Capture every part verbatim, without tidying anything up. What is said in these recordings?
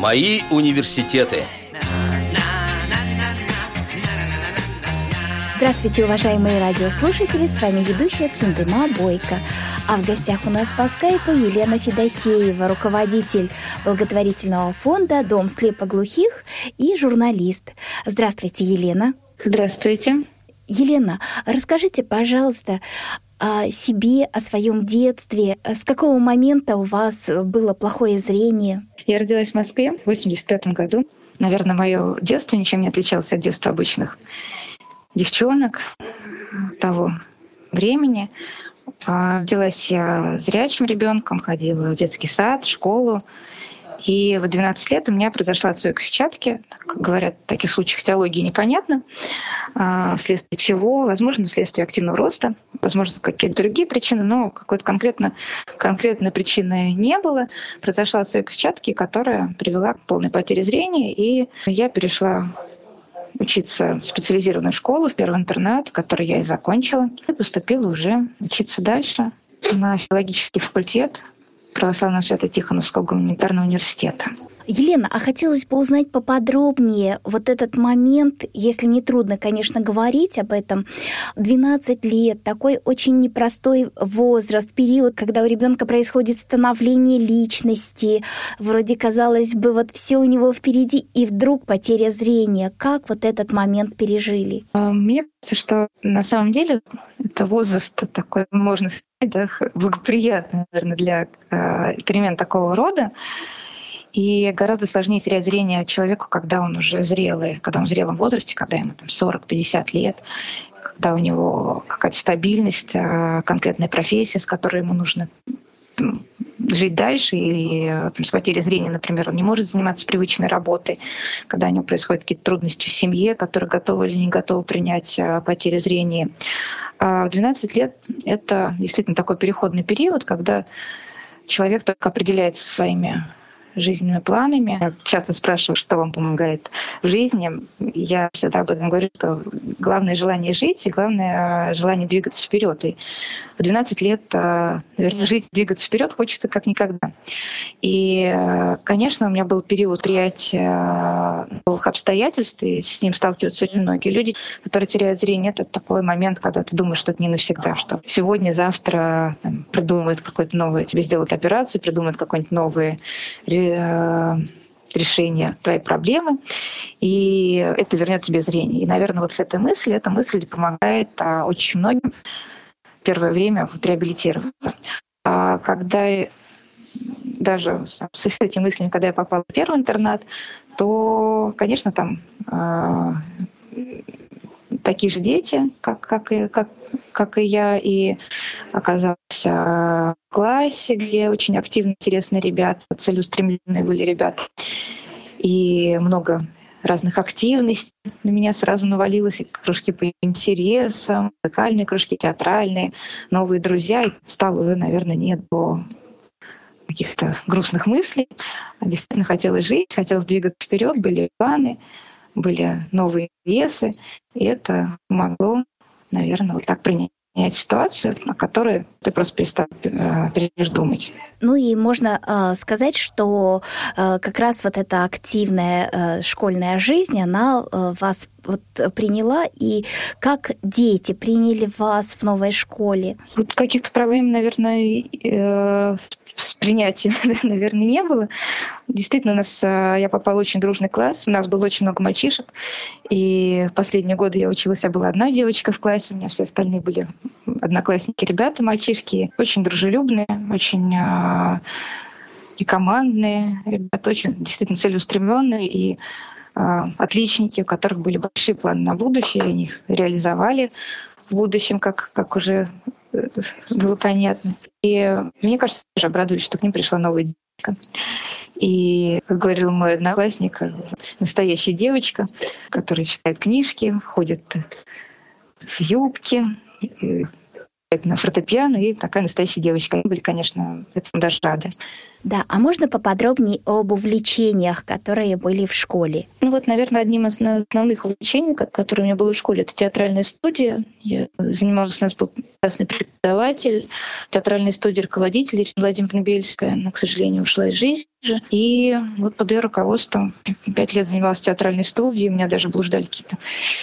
Мои университеты. Здравствуйте, уважаемые радиослушатели, с вами ведущая Цундыма Бойко. А в гостях у нас по скайпу Елена Федосеева, руководитель благотворительного фонда «Дом слепоглухих» и журналист. Здравствуйте, Елена. Здравствуйте. Елена, расскажите, пожалуйста, о себе, о своем детстве. С какого момента у вас было плохое зрение? Я родилась в Москве в восемьдесят пятом году. Наверное, мое детство ничем не отличалось от детства обычных девчонок того времени. Родилась я зрячим ребенком, ходила в детский сад, в школу. И в двенадцать лет у меня произошла отсойка сетчатки. Как говорят, в таких случаях теологии непонятно. Вследствие чего? Возможно, вследствие активного роста. Возможно, какие-то другие причины, но какой-то конкретно, конкретной причины не было. Произошла отсойка сетчатки, которая привела к полной потере зрения. И я перешла учиться в специализированную школу, в первый интернат, который я и закончила. И поступила уже учиться дальше на филологический факультет Православного Свято-Тихоновского гуманитарного университета. Елена, а хотелось бы узнать поподробнее вот этот момент, если не трудно, конечно, говорить об этом. двенадцать лет, такой очень непростой возраст, период, когда у ребенка происходит становление личности. Вроде, казалось бы, вот все у него впереди, и вдруг потеря зрения. Как вот этот момент пережили? Мне кажется, что на самом деле это возраст такой, можно сказать, да, благоприятный, наверное, для э, перемен такого рода. И гораздо сложнее терять зрение человеку, когда он уже зрелый, когда он в зрелом возрасте, когда ему там сорок-пятьдесят лет, когда у него какая-то стабильность, конкретная профессия, с которой ему нужно жить дальше, и там, с потерей зрения, например, он не может заниматься привычной работой, когда у него происходят какие-то трудности в семье, которые готовы или не готовы принять потерю зрения. А в двенадцать лет это действительно такой переходный период, когда человек только определяется со своими жизненными планами. Я часто спрашиваю, что вам помогает в жизни. Я всегда об этом говорю, что главное желание жить и главное желание двигаться вперед. И в двенадцать лет, наверное, жить, двигаться вперед хочется как никогда. И, конечно, у меня был период приятия новых обстоятельств, и с ним сталкиваются очень многие люди, которые теряют зрение. Это такой момент, когда ты думаешь, что это не навсегда, что сегодня, завтра там, придумают какое-то новое, тебе сделают операцию, придумают какое-нибудь новое решение твоей проблемы, и это вернет тебе зрение. И, наверное, вот с этой мыслью, эта мысль помогает а, очень многим в первое время вот, реабилитироваться. А когда даже с этими мыслями, когда я попала в первый интернат, то, конечно, там а, такие же дети, как, как, и, как, как и я, и оказалась в классе, где очень активно, интересные ребята, целеустремленные были ребята, и много разных активностей. На меня сразу навалилось и кружки по интересам, музыкальные кружки, театральные, новые друзья, и стало уже, наверное, не до каких-то грустных мыслей. Действительно хотелось жить, хотелось двигаться вперед, были планы, были новые весы, и это помогло, наверное, вот так принять ситуацию, о которой ты просто перестаешь думать. Ну и можно э, сказать, что э, как раз вот эта активная э, школьная жизнь, она э, вас вот приняла, и как дети приняли вас в новой школе? Вот каких-то проблем, наверное, э, с принятием, наверное, не было. Действительно, у нас, я попала в очень дружный класс, у нас было очень много мальчишек, и в последние годы я училась, я была одна девочка в классе, у меня все остальные были одноклассники, ребята, мальчишки, очень дружелюбные, очень э, и командные ребята, очень действительно целеустремленные, и отличники, у которых были большие планы на будущее, они их реализовали в будущем, как, как уже было понятно. И мне кажется, тоже обрадовались, что к ним пришла новая девочка. И, как говорил мой одноклассник, настоящая девочка, которая читает книжки, ходит в юбке, на фортепиано, и такая настоящая девочка. Они были, конечно, этому даже рады. Да, а можно поподробнее об увлечениях, которые были в школе? Ну вот, наверное, одним из основных увлечений, которые у меня было в школе, это театральная студия. Я занималась, у нас был прекрасный преподаватель, театральной студии руководитель Ирина Владимировна Бельская. Она, к сожалению, ушла из жизни. И вот под ее руководством пять лет занималась театральной студией. У меня даже блуждали какие-то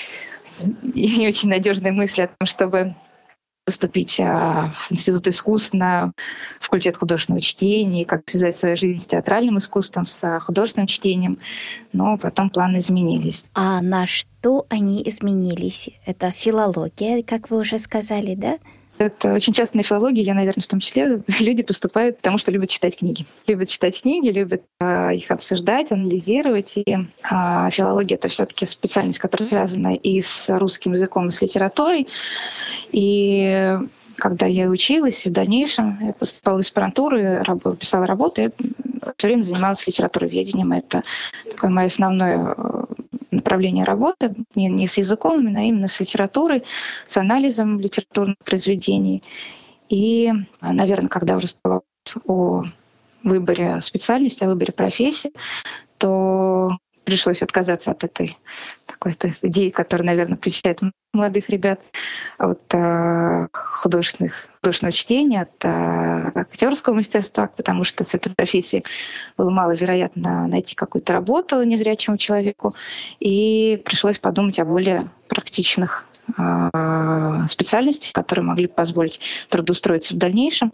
не очень надежные мысли о том, чтобы поступить в Институт искусств на факультет художественного чтения, как связать свою жизнь с театральным искусством, с художественным чтением. Но потом планы изменились. А на что они изменились? Это филология, как вы уже сказали, да? Это очень часто на филологии, я, наверное, в том числе, люди поступают потому, что любят читать книги. Любят читать книги, любят э, их обсуждать, анализировать. И э, филология — это все-таки специальность, которая связана и с русским языком, и с литературой. И когда я училась, и в дальнейшем я поступала в аспирантуру, писала работы, я все время занималась литературоведением. Это такое мое основное направление работы, не, не с языком, а именно с литературой, с анализом литературных произведений. И, наверное, когда уже стало о выборе специальности, о выборе профессии, то пришлось отказаться от этой такой-то идеи, которая, наверное, причисляет молодых ребят, от э, художественных, художественного чтения, от э, актерского мастерства, потому что с этой профессией было маловероятно найти какую-то работу незрячему человеку, и пришлось подумать о более практичных э, специальностях, которые могли позволить трудоустроиться в дальнейшем,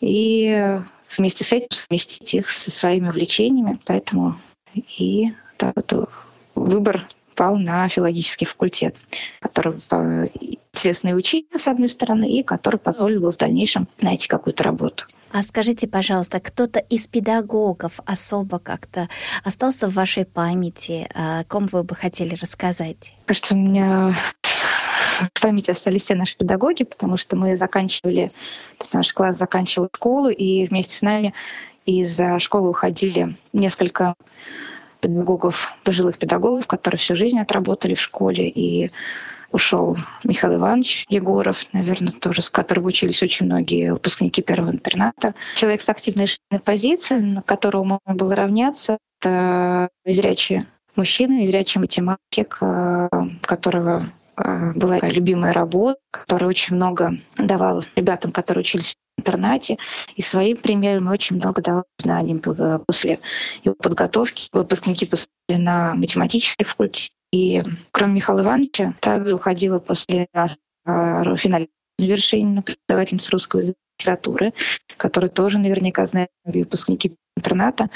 и вместе с этим совместить их со своими увлечениями. Поэтому и да, вот выбор пал на филологический факультет, который интересно и учить, с одной стороны, и который позволил бы в дальнейшем найти какую-то работу. А скажите, пожалуйста, кто-то из педагогов особо как-то остался в вашей памяти, о ком вы бы хотели рассказать? Кажется, у меня в памяти остались все наши педагоги, потому что мы заканчивали, наш класс заканчивал школу, и вместе с нами из школы уходили несколько педагогов, пожилых педагогов, которые всю жизнь отработали в школе. И ушел Михаил Иванович Егоров, наверное, тоже, с которого учились очень многие выпускники первого интерната. Человек с активной жизненной позицией, на которого можно было равняться. Это незрячий мужчина, незрячий математик, которого была такая любимая работа, который очень много давал ребятам, которые учились в интернате, и своим примером очень много давал знаний. После его подготовки выпускники поступили на математический факультет. И кроме Михаила Ивановича, также уходила после нас Руфина Вершинина, преподавательница русского языка и литературы, которую тоже наверняка знают выпускники интерната.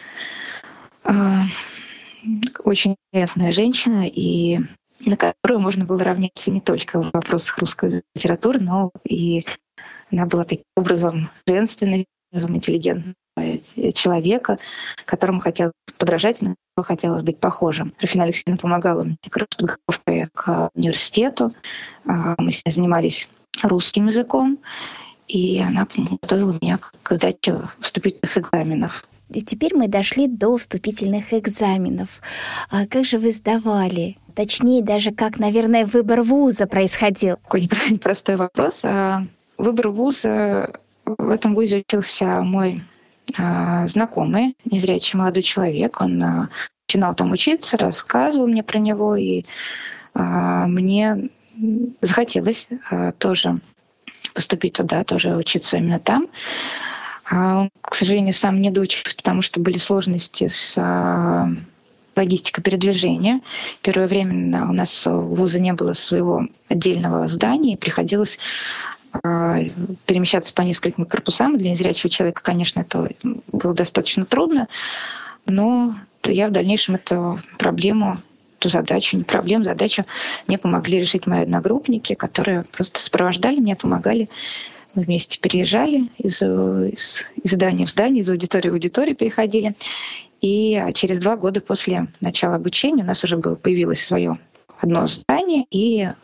Очень приятная женщина, и на которую можно было равняться не только в вопросах русской литературы, но и она была таким образом женственным, интеллигентным человека, которому хотелось подражать, на которого хотелось быть похожим. Руфина Алексеевна помогала мне с подготовкой к университету. Мы с ней занимались русским языком, и она готовила меня к сдаче вступительных экзаменов. И теперь мы дошли до вступительных экзаменов. А как же вы сдавали? Точнее, даже как, наверное, выбор вуза происходил? Такой непростой вопрос. Выбор вуза... В этом вузе учился мой знакомый, незрячий молодой человек. Он начинал там учиться, рассказывал мне про него, и мне захотелось тоже поступить туда, тоже учиться именно там. Он, к сожалению, сам не доучился, потому что были сложности с логистикой передвижения. Первое время у нас у вуза не было своего отдельного здания, и приходилось перемещаться по нескольким корпусам. Для незрячего человека, конечно, это было достаточно трудно, но я в дальнейшем эту проблему, эту задачу, не проблему, задачу мне помогли решить мои одногруппники, которые просто сопровождали меня, помогали. Мы вместе переезжали из, из, из здания в здание, из аудитории в аудиторию переходили. И через два года после начала обучения у нас уже было, появилось свое одно здание, и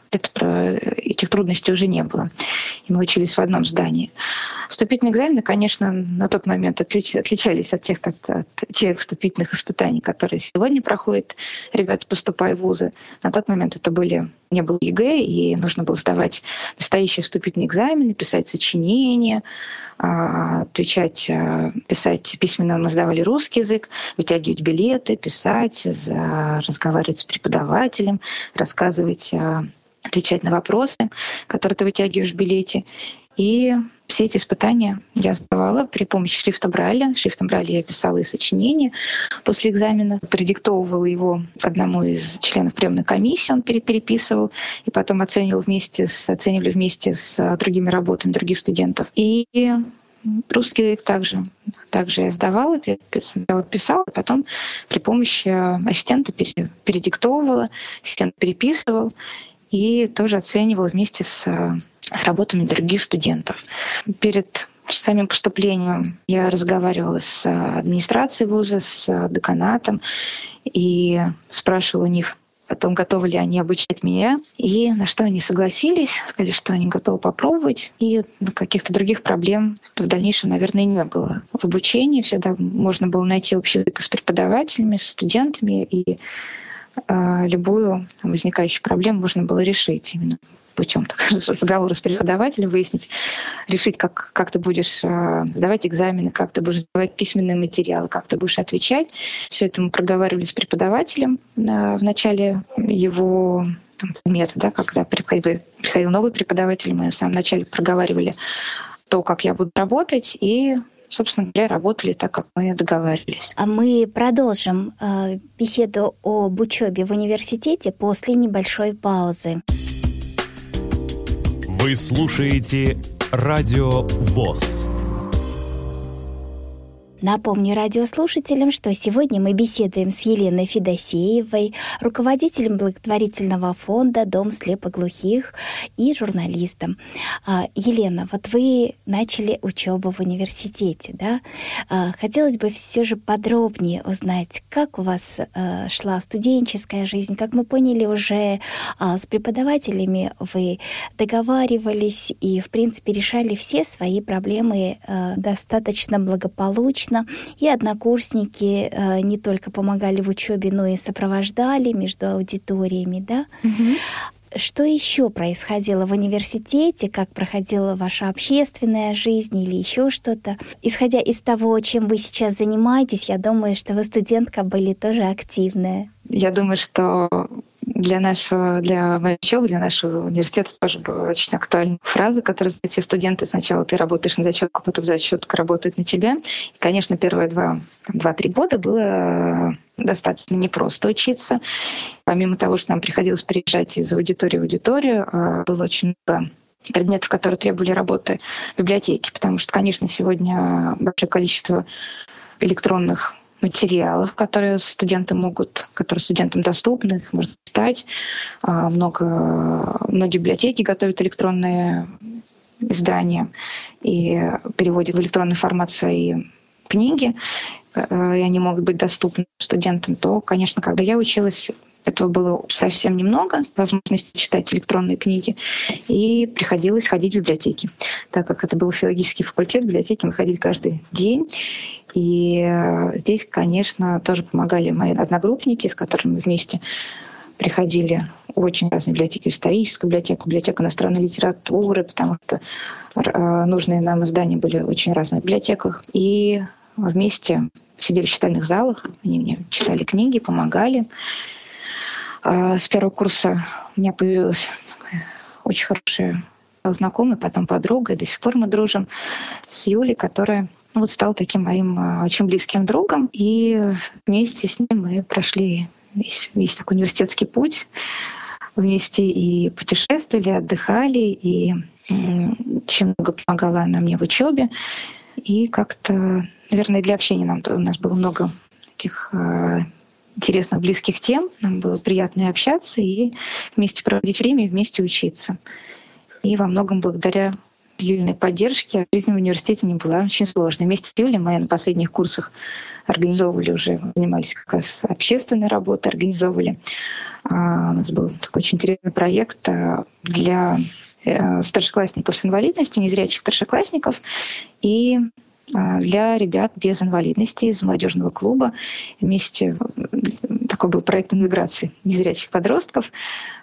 это, этих трудностей уже не было. И мы учились в одном здании. Вступительные экзамены, конечно, на тот момент отлич, отличались от тех, как, от тех вступительных испытаний, которые сегодня проходят ребята, поступая в вузы. На тот момент это были, не было ЕГЭ, и нужно было сдавать настоящие вступительные экзамены, писать сочинения, отвечать, писать письменно. Мы сдавали русский язык, вытягивать билеты, писать, разговаривать с преподавателем, рассказывать, отвечать на вопросы, которые ты вытягиваешь в билете. И все эти испытания я сдавала при помощи шрифта Брайля. Шрифтом Брайля я писала и сочинение после экзамена, продиктовывала его одному из членов приемной комиссии, он переписывал, и потом оценивал вместе с, оценивали вместе с другими работами других студентов. И русский язык также, также я сдавала, писала, а потом при помощи ассистента передиктовывала, ассистент переписывал и тоже оценивала вместе с, с работами других студентов. Перед самим поступлением я разговаривала с администрацией вуза, с деканатом и спрашивала у них о том, готовы ли они обучать меня, и на что они согласились, сказали, что они готовы попробовать, и каких-то других проблем в дальнейшем, наверное, не было. В обучении всегда можно было найти общий язык с преподавателями, с студентами, и э, любую там, возникающую проблему можно было решить именно путем разговора с преподавателем, выяснить, решить, как, как ты будешь э, сдавать экзамены, как ты будешь сдавать письменные материалы, как ты будешь отвечать. Все это мы проговаривали с преподавателем э, в начале его там, метода, когда приходил, приходил новый преподаватель, мы в самом начале проговаривали то, как я буду работать, и собственно говоря, работали так, как мы договаривались. А мы продолжим э, беседу об учебе в университете после небольшой паузы. Вы слушаете Радио ВОС. Напомню радиослушателям, что сегодня мы беседуем с Еленой Федосеевой, руководителем благотворительного фонда «Дом слепоглухих» и журналистом. Елена, вот вы начали учебу в университете, да? Хотелось бы все же подробнее узнать, как у вас шла студенческая жизнь. Как мы поняли, уже с преподавателями вы договаривались и, в принципе, решали все свои проблемы достаточно благополучно. И однокурсники э, не только помогали в учебе, но и сопровождали между аудиториями, да? Mm-hmm. Что еще происходило в университете, как проходила ваша общественная жизнь или еще что-то? Исходя из того, чем вы сейчас занимаетесь, я думаю, что вы студентка были тоже активная. Я думаю, что для нашего, для моей учебы, для нашего университета тоже была очень актуальна фраза, которую знают все студенты. Сначала ты работаешь на зачетку, потом зачетка работает на тебя. И, конечно, первые два, два-три года было достаточно непросто учиться. Помимо того, что нам приходилось переезжать из аудитории в аудиторию, было очень много предметов, которые требовали работы в библиотеке, потому что, конечно, сегодня большое количество электронных материалов, которые студенты могут, которые студентам доступны, их можно читать. Много, многие библиотеки готовят электронные издания и переводят в электронный формат свои книги, и они могут быть доступны студентам. То, конечно, когда я училась, этого было совсем немного, возможности читать электронные книги, и приходилось ходить в библиотеки. Так как это был филологический факультет, в библиотеки мы ходили каждый день. И здесь, конечно, тоже помогали мои одногруппники, с которыми мы вместе приходили в очень разные библиотеки, историческую библиотеку, библиотеку иностранной литературы, потому что нужные нам издания были в очень разных библиотеках. И вместе сидели в читальных залах, они мне читали книги, помогали. С первого курса у меня появилась очень хорошая знакомая, потом подруга, и до сих пор мы дружим с Юлей, которая вот стала таким моим очень близким другом. И вместе с ним мы прошли весь, весь такой университетский путь. Вместе и путешествовали, отдыхали, и очень много помогала она мне в учебе. И как-то, наверное, для общения нам у нас было много таких интересных, близких тем. Нам было приятно общаться и вместе проводить время, и вместе учиться. И во многом благодаря Юлиной поддержки жизнь в университете не была очень сложной. Вместе с Юлей мы на последних курсах организовывали уже, занимались как раз общественной работой, организовывали. У нас был такой очень интересный проект для старшеклассников с инвалидностью, незрячих старшеклассников, и для ребят без инвалидности из молодежного клуба. Вместе такой был проект интеграции незрячих подростков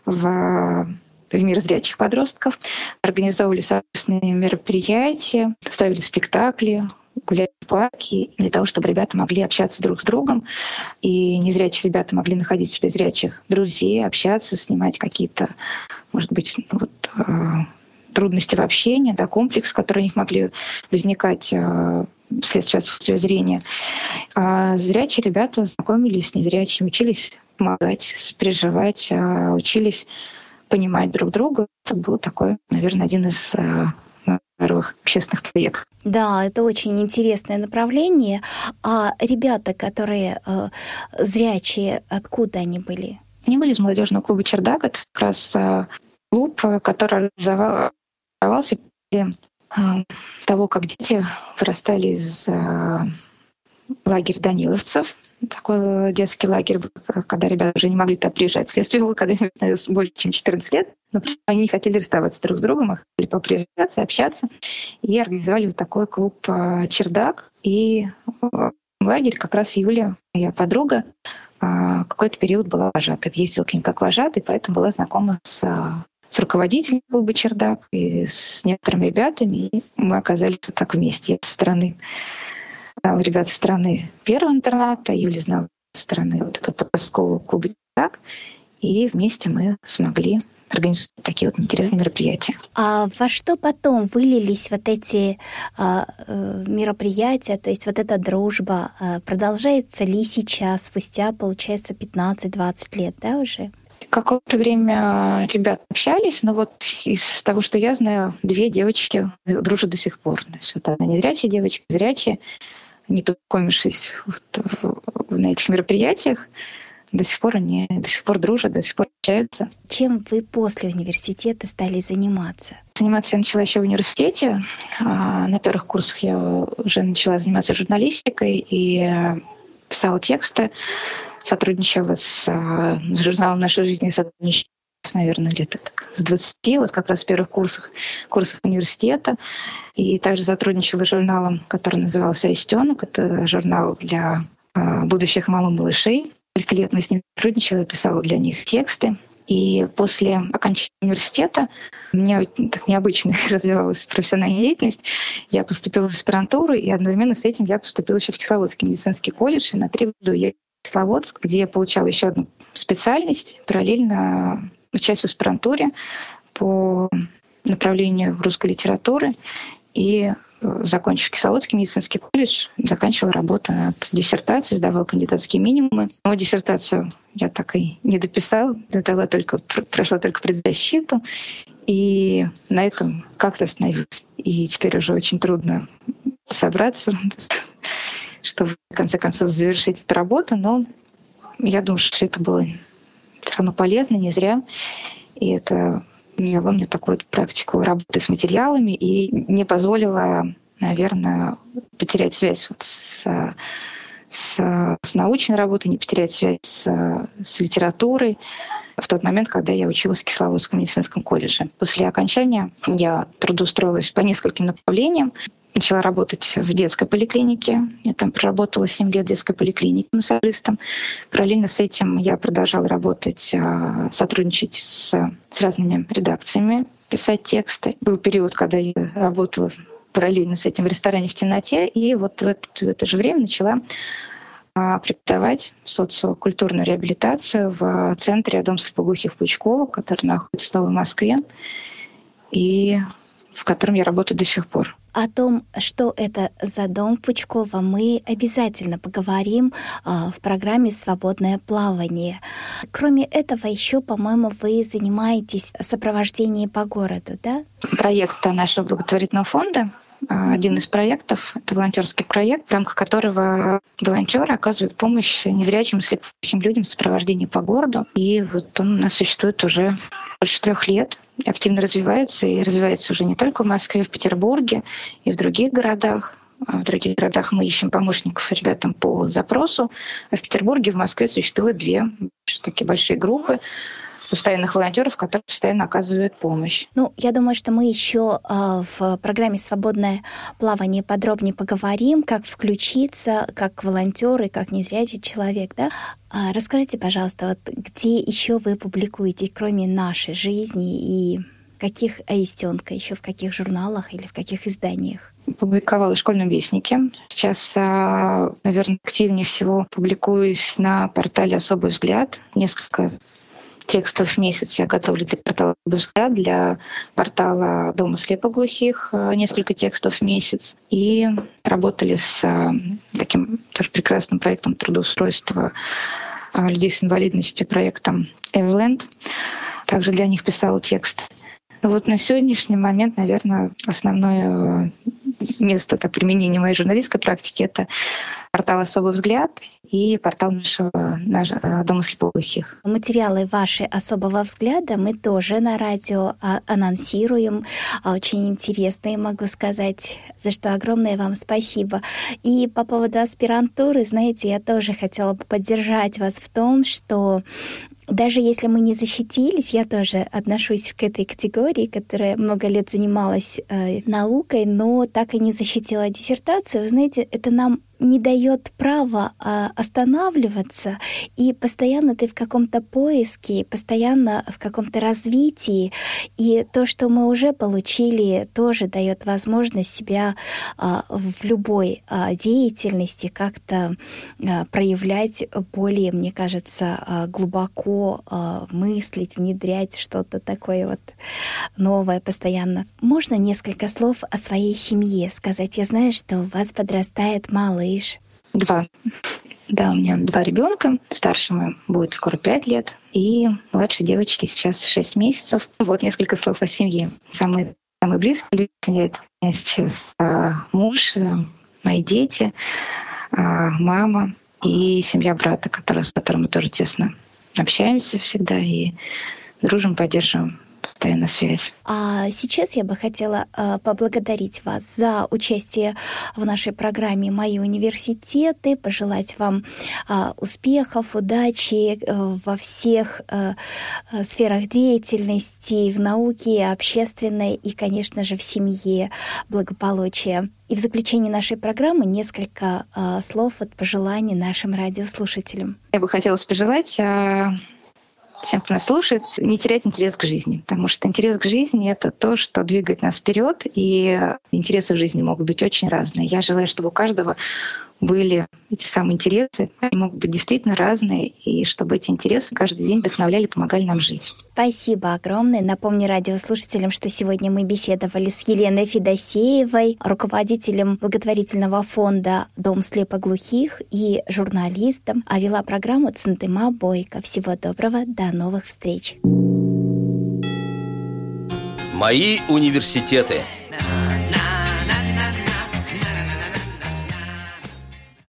в в мир зрячих подростков. Организовывали совместные мероприятия, ставили спектакли, гуляли в парке для того, чтобы ребята могли общаться друг с другом. И незрячие ребята могли находить себе зрячих друзей, общаться, снимать какие-то, может быть, вот, э, трудности в общении, да, комплекс, которые у них могли возникать э, вследствие отсутствия зрения. А зрячие ребята знакомились с незрячими, учились помогать, переживать, э, учились понимать друг друга. Это был такой, наверное, один из э, первых общественных проектов. Да, это очень интересное направление. А ребята, которые э, зрячие, откуда они были? Они были из молодежного клуба «Чердак». Это как раз э, клуб, который организовался после э, того, как дети вырастали из э, лагеря даниловцев. Такой детский лагерь, когда ребята уже не могли туда приезжать. Вследствие его, когда им больше, чем четырнадцать лет, но они не хотели расставаться друг с другом, а хотели поприезжаться, общаться. И организовали вот такой клуб «Чердак». И в лагере как раз Юля, моя подруга, какой-то период была вожатой. Ездила к ним как вожатый, поэтому была знакома с, с руководителем клуба «Чердак» и с некоторыми ребятами. И мы оказались вот так вместе. Я со стороны знала ребят со стороны первого интерната, Юля знала со стороны вот этого подросткового клуба «Чердак». И вместе мы смогли организовать такие вот интересные мероприятия. А во что потом вылились вот эти а, мероприятия, то есть вот эта дружба? А, продолжается ли сейчас, спустя, получается, пятнадцать-двадцать лет, да, уже? Какое-то время ребята общались, но вот из того, что я знаю, две девочки дружат до сих пор. То есть вот одна незрячая девочка, зрячая, не познакомившись вот на этих мероприятиях, до сих пор они до сих пор дружат, до сих пор общаются. Чем вы после университета стали заниматься? Заниматься я начала еще в университете. На первых курсах я уже начала заниматься журналистикой и писала тексты, сотрудничала с, с журналом «Наша жизнь» и сотрудничала, наверное, лет так, с двадцати, вот как раз в первых курсах, курсах университета. И также сотрудничала с журналом, который назывался «Аистенок». Это журнал для будущих мам и малышей. Несколько лет мы с ним сотрудничала, писала для них тексты. И после окончания университета у меня так необычно развивалась профессиональная деятельность. Я поступила в аспирантуру, и одновременно с этим я поступила еще в Кисловодский медицинский колледж. И на три года я в Кисловодск, где я получала еще одну специальность, параллельно учась в аспирантуре по направлению русской литературы. И, закончив Кисловодский медицинский колледж, заканчивала работу над диссертацией, сдавала кандидатские минимумы. Но диссертацию я так и не дописала, тогда только, прошла только предзащиту. И на этом как-то остановилась. И теперь уже очень трудно собраться, чтобы в конце концов завершить эту работу. Но я думаю, что это было все равно полезно, не зря. И это дало мне такую практику работы с материалами и не позволило, наверное, потерять связь вот с, с, с научной работой, не потерять связь с, с литературой в тот момент, когда я училась в Кисловодском медицинском колледже. После окончания я трудоустроилась по нескольким направлениям. Начала работать в детской поликлинике. Я там проработала семь лет в детской поликлинике массажистом. Параллельно с этим я продолжала работать, сотрудничать с, с разными редакциями, писать тексты. Был период, когда я работала параллельно с этим в ресторане в темноте. И вот в это, в это же время начала преподавать социокультурную реабилитацию в центре «Дом слепоглухих Пучкова», который находится в Новой Москве, и в котором я работаю до сих пор. О том, что это за дом Пучкова, мы обязательно поговорим а, в программе «Свободное плавание». Кроме этого, еще, по-моему, вы занимаетесь сопровождением по городу, да? Проект нашего благотворительного фонда один из проектов. Это волонтерский проект, в рамках которого волонтеры оказывают помощь незрячим и слепым людям в сопровождении по городу. И вот он у нас существует уже больше трех лет, активно развивается, и развивается уже не только в Москве, в Петербурге и в других городах. В других городах мы ищем помощников ребятам по запросу. А в Петербурге, в Москве существует две такие большие группы постоянных волонтеров, которые постоянно оказывают помощь. Ну, я думаю, что мы еще э, в программе «Свободное плавание» подробнее поговорим, как включиться, как волонтер и как незрячий человек, да? А расскажите, пожалуйста, вот где еще вы публикуете, кроме нашей жизни, и каких аистенка, еще в каких журналах или в каких изданиях? Публиковала в «Школьном вестнике». Сейчас, наверное, активнее всего публикуюсь на портале «Особый взгляд». Несколько текстов в месяц я готовлю для портала «Особый взгляд», для портала Дома слепоглухих несколько текстов в месяц. И работали с таким тоже прекрасным проектом трудоустройства людей с инвалидностью, проектом «Эвленд». Также для них писала текст. Но вот на сегодняшний момент, наверное, основное место так, применения моей журналистской практики — это портал «Особый взгляд» и портал нашего, нашего Дома слепоглухих. Материалы ваши «Особого взгляда» мы тоже на радио анонсируем. Очень интересные, могу сказать, за что огромное вам спасибо. И по поводу аспирантуры, знаете, я тоже хотела бы поддержать вас в том, что даже если мы не защитились, я тоже отношусь к этой категории, которая много лет занималась э, наукой, но так и не защитила диссертацию. Вы знаете, это нам не дает права а, останавливаться, и постоянно ты в каком-то поиске, постоянно в каком-то развитии, и то, что мы уже получили, тоже дает возможность себя а, в любой а, деятельности как-то а, проявлять более, мне кажется, а, глубоко а, мыслить, внедрять что-то такое вот новое постоянно. Можно несколько слов о своей семье сказать? Я знаю, что у вас подрастает малыш. Два. Да, у меня два ребенка. Старшему будет скоро пять лет, и младшей девочке сейчас шесть месяцев. Вот несколько слов о семье. Самые, самые близкие люди — это у меня сейчас а, муж, мои дети, а, мама и семья брата, который, с которым мы тоже тесно общаемся всегда и дружим, поддерживаем постоянно связь. А сейчас я бы хотела а, поблагодарить вас за участие в нашей программе «Мои университеты», пожелать вам а, успехов, удачи а, во всех а, а, сферах деятельности, в науке, общественной и, конечно же, в семье, благополучия. И в заключении нашей программы несколько а, слов от пожеланий нашим радиослушателям. Я бы хотела пожелать а... всем, кто нас слушает, не терять интерес к жизни. Потому что интерес к жизни — это то, что двигает нас вперед, и интересы в жизни могут быть очень разные. Я желаю, чтобы у каждого были эти самые интересы, они могут быть действительно разные, и чтобы эти интересы каждый день вдохновляли, помогали нам жить. Спасибо огромное. Напомню радиослушателям, что сегодня мы беседовали с Еленой Федосеевой, руководителем благотворительного фонда «Дом слепоглухих» и журналистом, а вела программу Центыма Бойко. Всего доброго, до новых встреч. Мои университеты.